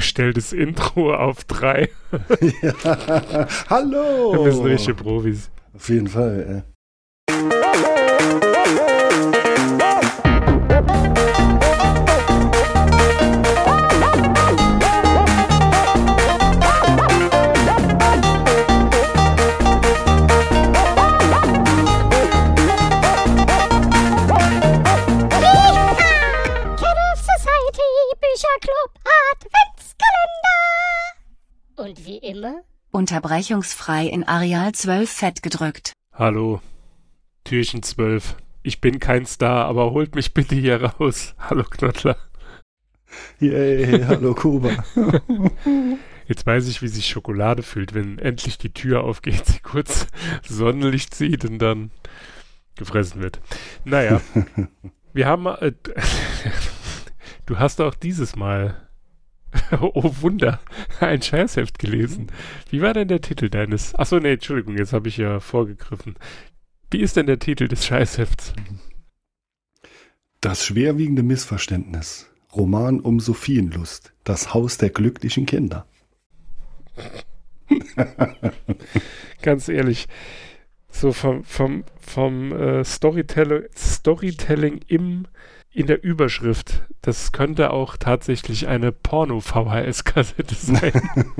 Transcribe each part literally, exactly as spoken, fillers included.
abgestelltes Intro auf drei. Ja, hallo! Wir sind richtige Profis. Auf jeden Fall, ey. Bücherclub Adventskalender. Und wie immer unterbrechungsfrei in Areal zwölf fett gedrückt. Hallo, Türchen zwölf. Ich bin kein Star, aber holt mich bitte hier raus. Hallo Knottler. Yay, hallo Kuba. Jetzt weiß ich, wie sich Schokolade fühlt, wenn endlich die Tür aufgeht, sie kurz Sonnenlicht sieht und dann gefressen wird. Naja, wir haben... Äh, Du hast auch dieses Mal, oh Wunder, ein Scheißheft gelesen. Wie war denn der Titel deines? Achso, nee, Entschuldigung, jetzt habe ich ja vorgegriffen. Wie ist denn der Titel des Scheißhefts? Das schwerwiegende Missverständnis. Roman um Sophienlust. Das Haus der glücklichen Kinder. Ganz ehrlich, so vom, vom, vom äh, Storytelling, Storytelling im in der Überschrift, das könnte auch tatsächlich eine Porno-V H S-Kassette sein.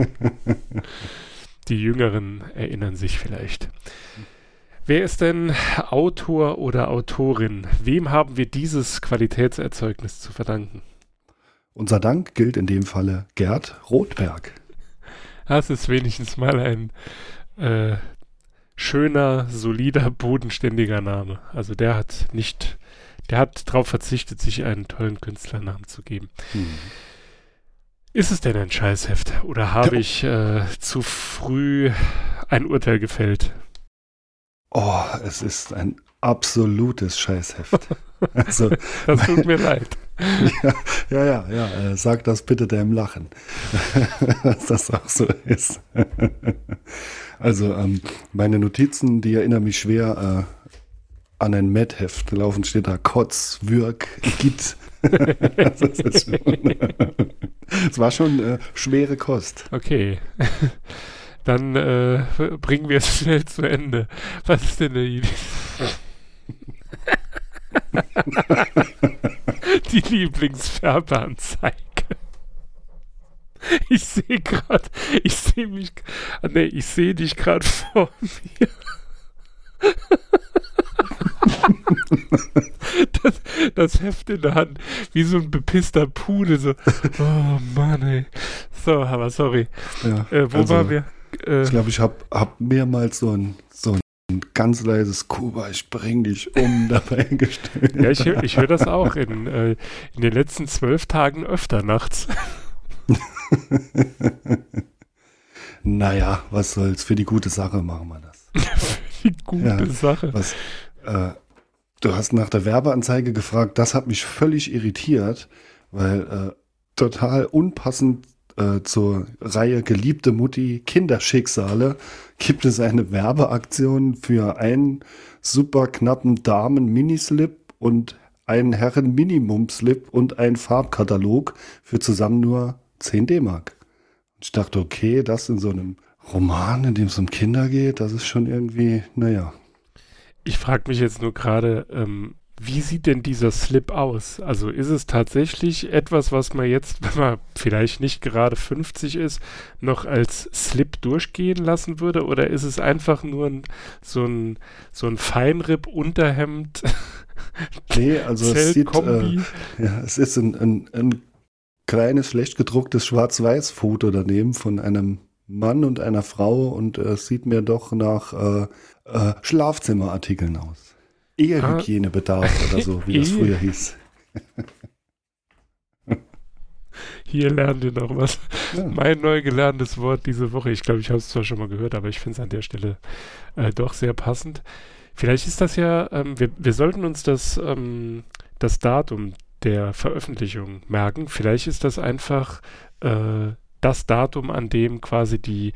Die Jüngeren erinnern sich vielleicht. Wer ist denn Autor oder Autorin? Wem haben wir dieses Qualitätserzeugnis zu verdanken? Unser Dank gilt in dem Falle Gerd Rothberg. Das ist wenigstens mal ein äh, schöner, solider, bodenständiger Name. Also der hat nicht... Der hat darauf verzichtet, sich einen tollen Künstlernamen zu geben. Hm. Ist es denn ein Scheißheft? Oder habe ja. ich äh, zu früh ein Urteil gefällt? Oh, es ist ein absolutes Scheißheft. Also, das tut mir leid. Ja, ja, ja, ja äh, sag das bitte deinem Lachen, dass das auch so ist. Also, ähm, meine Notizen, die erinnern mich schwer äh, an ein Mad-Heft laufen, steht da Kotz, Würg, Git. Es war schon äh, schwere Kost. Okay. Dann äh, bringen wir es schnell zu Ende. Was ist denn der Idee? Die Lieblingsfärbeanzeige. Ich sehe gerade, ich sehe mich, nee, ich sehe dich gerade vor mir. Das, das Heft in der Hand, wie so ein bepisster Pudel, so, oh Mann, ey. So, aber sorry. Ja, äh, wo also, waren wir? Äh, ich glaube, ich habe hab mehrmals so ein, so ein ganz leises Kuba, ich bring dich um dabei gestellt. Ja, ich, ich höre das auch in, äh, in den letzten zwölf Tagen öfter nachts. Naja, was soll's, für die gute Sache machen wir das. Für die gute ja, Sache. Was, äh, du hast nach der Werbeanzeige gefragt, das hat mich völlig irritiert, weil äh, total unpassend äh, zur Reihe Geliebte Mutti Kinderschicksale gibt es eine Werbeaktion für einen super knappen Damen-Minislip und einen Herren-Minimum-Slip und einen Farbkatalog für zusammen nur zehn D-Mark. Ich dachte, okay, das in so einem Roman, in dem es um Kinder geht, das ist schon irgendwie, naja. Ich frage mich jetzt nur gerade, ähm, wie sieht denn dieser Slip aus? Also ist es tatsächlich etwas, was man jetzt, wenn man vielleicht nicht gerade fünfzig ist, noch als Slip durchgehen lassen würde? Oder ist es einfach nur ein, so ein, so ein Feinripp-Unterhemd? Nee, also es, sieht, äh, ja, es ist ein, ein, ein kleines, schlecht gedrucktes Schwarz-Weiß-Foto daneben von einem Mann und einer Frau und es äh, sieht mir doch nach äh, äh, Schlafzimmerartikeln aus. Ehehygienebedarf ah. oder so, wie das früher hieß. Hier lernt ihr noch was. Ja. Mein neu gelerntes Wort diese Woche. Ich glaube, ich habe es zwar schon mal gehört, aber ich finde es an der Stelle äh, doch sehr passend. Vielleicht ist das ja, ähm, wir, wir sollten uns das, ähm, das Datum der Veröffentlichung merken. Vielleicht ist das einfach äh, das Datum, an dem quasi die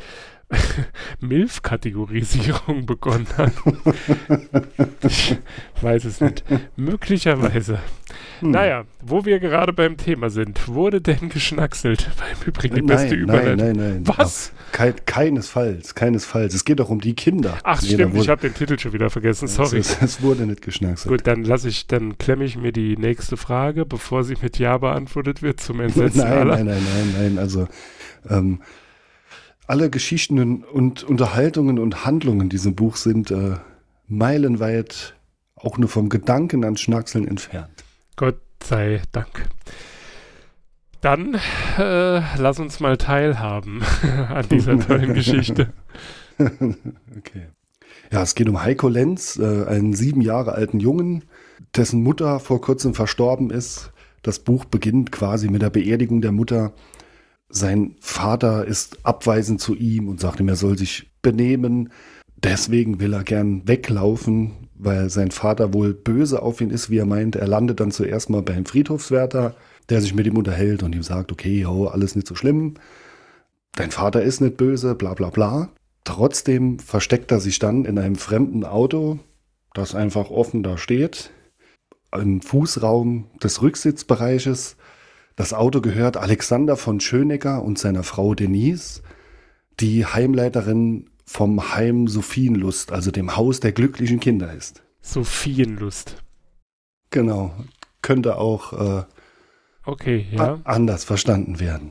Milf-Kategorisierung begonnen hat. Ich weiß es nicht. Möglicherweise. Hm. Naja, wo wir gerade beim Thema sind, wurde denn geschnackselt? War im Übrigen die Nein, beste nein, Überleitung. nein, nein. Was? Kein, keinesfalls, keinesfalls. Es geht doch um die Kinder. Ach Jeder stimmt, ich wurde- habe den Titel schon wieder vergessen, sorry. Es, es wurde nicht geschnackselt. Gut, dann lasse ich, dann klemme ich mir die nächste Frage, bevor sie mit Ja beantwortet wird, zum Entsetzen Nein, aller. nein, nein, nein, nein. Also ähm, alle Geschichten und Unterhaltungen und Handlungen in diesem Buch sind äh, meilenweit auch nur vom Gedanken an Schnackseln entfernt. Gott sei Dank. Dann äh, lass uns mal teilhaben an dieser tollen Geschichte. Okay. Ja, es geht um Heiko Lenz, äh, einen sieben Jahre alten Jungen, dessen Mutter vor kurzem verstorben ist. Das Buch beginnt quasi mit der Beerdigung der Mutter. Sein Vater ist abweisend zu ihm und sagt ihm, er soll sich benehmen. Deswegen will er gern weglaufen, weil sein Vater wohl böse auf ihn ist, wie er meint. Er landet dann zuerst mal beim Friedhofswärter, der sich mit ihm unterhält und ihm sagt, okay, jo, alles nicht so schlimm. Dein Vater ist nicht böse, bla bla bla. Trotzdem versteckt er sich dann in einem fremden Auto, das einfach offen da steht, im Fußraum des Rücksitzbereiches. Das Auto gehört Alexander von Schönecker und seiner Frau Denise, die Heimleiterin vom Heim Sophienlust, also dem Haus der glücklichen Kinder ist. Sophienlust. Genau, könnte auch äh, Okay, ja. a- anders verstanden werden.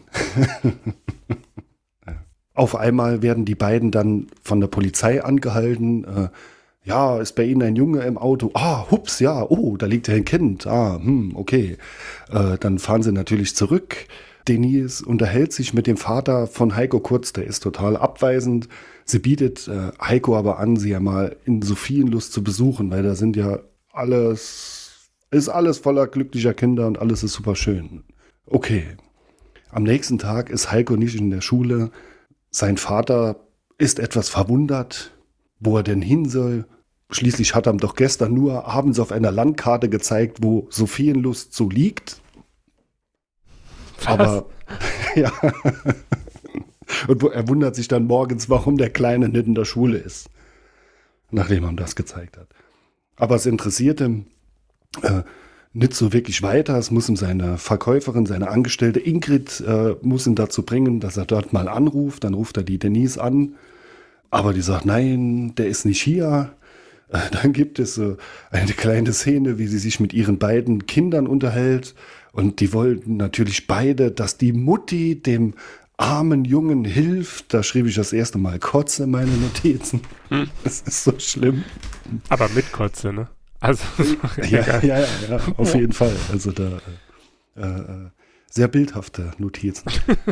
Auf einmal werden die beiden dann von der Polizei angehalten. Äh, ja, ist bei Ihnen ein Junge im Auto? Ah, hups, ja, oh, da liegt ja ein Kind. Ah, hm, okay. Äh, dann fahren sie natürlich zurück. Denise unterhält sich mit dem Vater von Heiko kurz, der ist total abweisend. Sie bietet äh, Heiko aber an, sie ja mal in Sophienlust zu besuchen, weil da sind ja alles, ist alles voller glücklicher Kinder und alles ist super schön. Okay. Am nächsten Tag ist Heiko nicht in der Schule. Sein Vater ist etwas verwundert, wo er denn hin soll. Schließlich hat er ihm doch gestern nur abends auf einer Landkarte gezeigt, wo Sophienlust so liegt. Was? Aber ja. Und wo, er wundert sich dann morgens, warum der Kleine nicht in der Schule ist, nachdem er ihm das gezeigt hat. Aber es interessiert ihn äh, nicht so wirklich weiter. Es muss ihm seine Verkäuferin, seine Angestellte Ingrid, äh, muss ihn dazu bringen, dass er dort mal anruft. Dann ruft er die Denise an. Aber die sagt, nein, der ist nicht hier. Äh, dann gibt es so eine kleine Szene, wie sie sich mit ihren beiden Kindern unterhält. Und die wollten natürlich beide, dass die Mutti dem armen Jungen hilft. Da schrieb ich das erste Mal Kotze in meine Notizen. Hm. Das ist so schlimm. Aber mit Kotze, ne? Also, Ja, egal. ja, ja, ja, auf jeden Fall. Also da äh, äh, sehr bildhafte Notizen.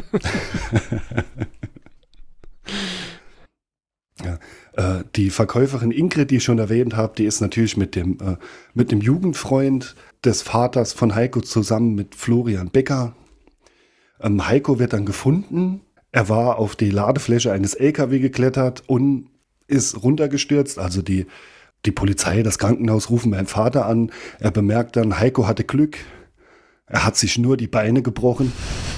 Ja, äh, die Verkäuferin Ingrid, die ich schon erwähnt habe, die ist natürlich mit dem, äh, mit dem Jugendfreund des Vaters von Heiko zusammen mit Florian Becker. Ähm, Heiko wird dann gefunden. Er war auf die Ladefläche eines L K W geklettert und ist runtergestürzt. Also die, die Polizei, das Krankenhaus rufen meinen Vater an. Er bemerkt dann, Heiko hatte Glück. Er hat sich nur die Beine gebrochen.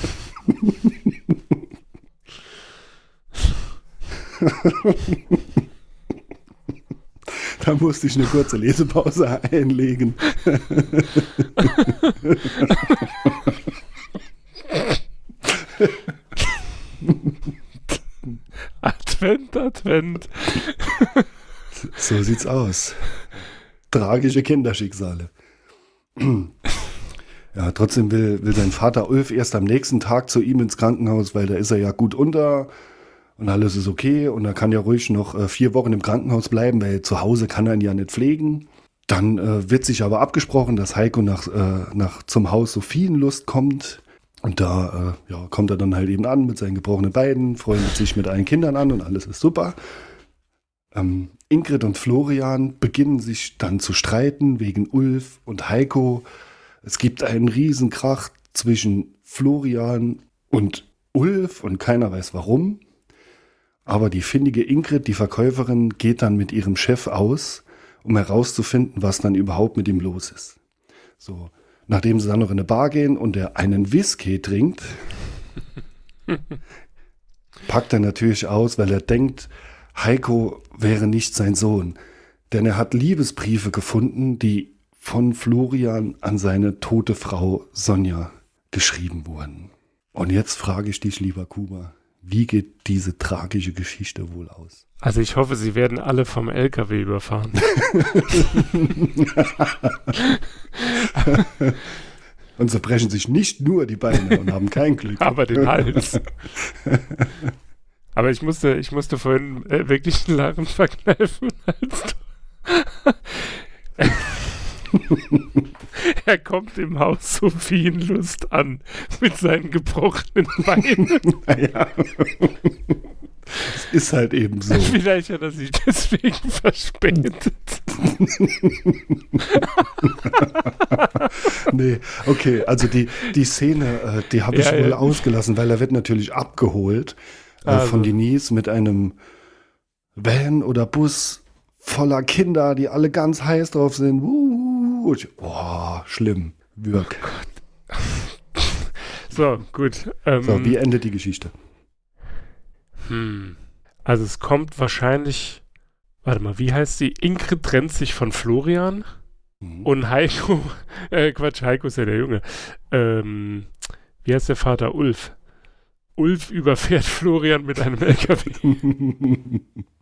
Da musste ich eine kurze Lesepause einlegen. Advent, Advent. So sieht's aus. Tragische Kinderschicksale. Ja, trotzdem will, will sein Vater Ulf erst am nächsten Tag zu ihm ins Krankenhaus, weil da ist er ja gut unter und alles ist okay und er kann ja ruhig noch äh, vier Wochen im Krankenhaus bleiben, weil zu Hause kann er ihn ja nicht pflegen. Dann äh, wird sich aber abgesprochen, dass Heiko nach, äh, nach zum Haus Sophienlust kommt. Und da äh, ja, kommt er dann halt eben an mit seinen gebrochenen Beinen, freundet sich mit allen Kindern an und alles ist super. Ähm, Ingrid und Florian beginnen sich dann zu streiten wegen Ulf und Heiko. Es gibt einen riesen Krach zwischen Florian und Ulf und keiner weiß warum. Aber die findige Ingrid, die Verkäuferin, geht dann mit ihrem Chef aus, um herauszufinden, was dann überhaupt mit ihm los ist. So, nachdem sie dann noch in eine Bar gehen und er einen Whisky trinkt, packt er natürlich aus, weil er denkt, Heiko wäre nicht sein Sohn. Denn er hat Liebesbriefe gefunden, die von Florian an seine tote Frau Sonja geschrieben wurden. Und jetzt frage ich dich, lieber Kuba, wie geht diese tragische Geschichte wohl aus? Also ich hoffe, sie werden alle vom L K W überfahren. Und sie brechen sich nicht nur die Beine und haben kein Glück. Aber den Hals. Aber ich musste, ich musste vorhin äh, wirklich einen Lachen verkneifen, als du er kommt im Haus Sophienlust an mit seinen gebrochenen Beinen. Naja. Es ist halt eben so. Vielleicht hat er sich deswegen verspätet. Nee, okay, also die, die Szene, äh, die habe ich Ja, wohl ja. ausgelassen, weil er wird natürlich abgeholt äh, Also. von Denise mit einem Van oder Bus voller Kinder, die alle ganz heiß drauf sind. Uh, ich- Boah, schlimm. Wirk. So, gut. Ähm, So, wie endet die Geschichte? hm. Also es kommt wahrscheinlich, warte mal, wie heißt sie? Ingrid trennt sich von Florian Mhm. und Heiko, äh, Quatsch, Heiko ist ja der Junge. Ähm, wie heißt der Vater? Ulf. Ulf überfährt Florian mit einem L K W.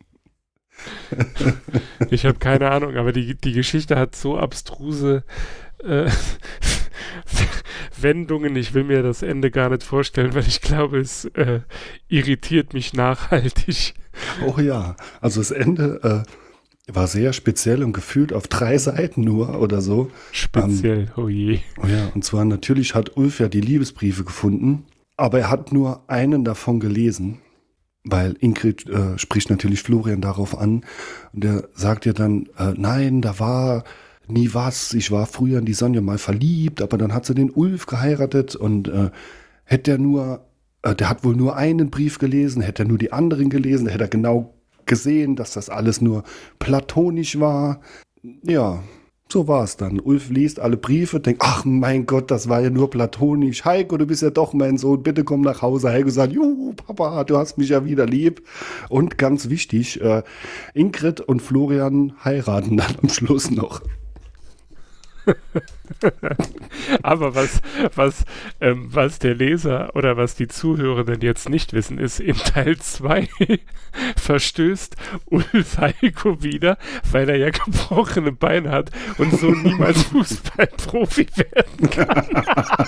Ich habe keine Ahnung, aber die, die Geschichte hat so abstruse äh, Wendungen. Ich will mir das Ende gar nicht vorstellen, weil ich glaube, es äh, irritiert mich nachhaltig. Oh ja, also das Ende äh, war sehr speziell und gefühlt auf drei Seiten nur oder so. Speziell, oh je. Oh ja, und zwar natürlich hat Ulf ja die Liebesbriefe gefunden, aber er hat nur einen davon gelesen, weil Ingrid äh, spricht natürlich Florian darauf an und er sagt ihr dann, äh, nein, da war nie was, ich war früher in die Sonja mal verliebt, aber dann hat sie den Ulf geheiratet und äh, hätte er nur, äh, der hat wohl nur einen Brief gelesen, hätte er nur die anderen gelesen, hätte er genau gesehen, dass das alles nur platonisch war. Ja, so war es dann. Ulf liest alle Briefe, denkt, ach mein Gott, das war ja nur platonisch. Heiko, du bist ja doch mein Sohn, bitte komm nach Hause. Heiko sagt, juhu, Papa, du hast mich ja wieder lieb. Und ganz wichtig, äh, Ingrid und Florian heiraten dann am Schluss noch. Aber was, was, ähm, was der Leser oder was die Zuhörenden jetzt nicht wissen, ist, in Teil zwei verstößt Ulf Heiko wieder, weil er ja gebrochene Beine hat und so niemals Fußballprofi werden kann.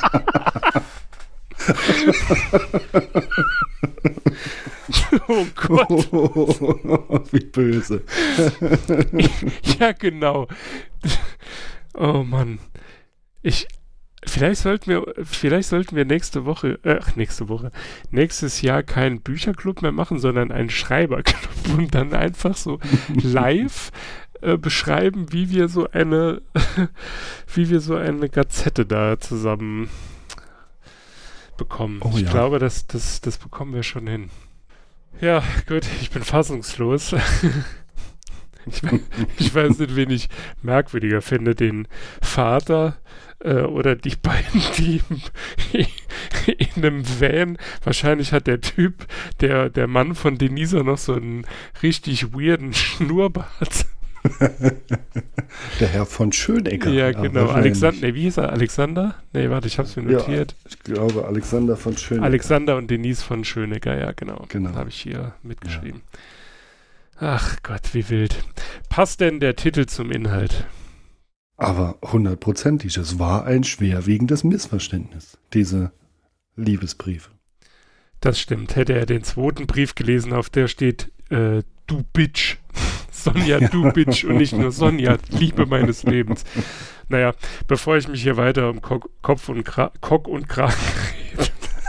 Oh Gott. Wie böse. Ja, genau. Oh Mann. Ich, vielleicht sollten wir, vielleicht sollten wir nächste Woche, äh, ach, nächste Woche, nächstes Jahr keinen Bücherclub mehr machen, sondern einen Schreiberclub und dann einfach so live äh, beschreiben, wie wir so eine, wie wir so eine Gazette da zusammen bekommen. Oh ich ja. glaube, das, das, das bekommen wir schon hin. Ja, gut, ich bin fassungslos. Ich, we- ich weiß nicht, wen ich merkwürdiger finde, den Vater äh, oder die beiden, die im, in einem Van, wahrscheinlich hat der Typ, der, der Mann von Denisa noch so einen richtig weirden Schnurrbart. Der Herr von Schönecker. Ja, genau. wahrscheinlich. Alexander, nee, wie hieß er? Alexander? Nee, warte, ich hab's mir Ja, notiert. ich glaube, Alexander von Schönecker. Alexander und Denise von Schönecker, ja, genau. Genau. Habe ich hier mitgeschrieben. Ach Gott, wie wild. Passt denn der Titel zum Inhalt? Aber hundertprozentig, es war ein schwerwiegendes Missverständnis, diese Liebesbriefe. Das stimmt. Hätte er den zweiten Brief gelesen, auf der steht, äh, du Bitch. Sonja, du Bitch und nicht nur Sonja, Liebe meines Lebens. Naja, bevor ich mich hier weiter um Ko- Kopf und Kra- Kock und Kragen rede.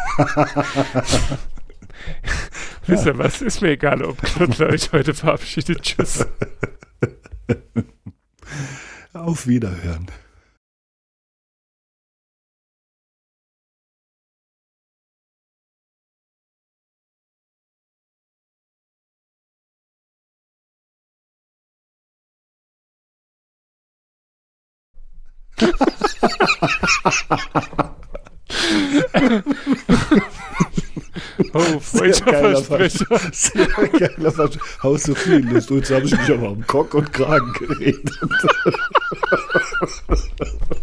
Wisst ihr was? Ist mir egal, ob Knottler euch heute verabschiedet. Tschüss. Auf Wiederhören. Oh, falscher Versprecher. Vers- Sehr geiler Versprecher. Haus so viel Lust. Jetzt habe ich mich aber um Kopf und Kragen geredet.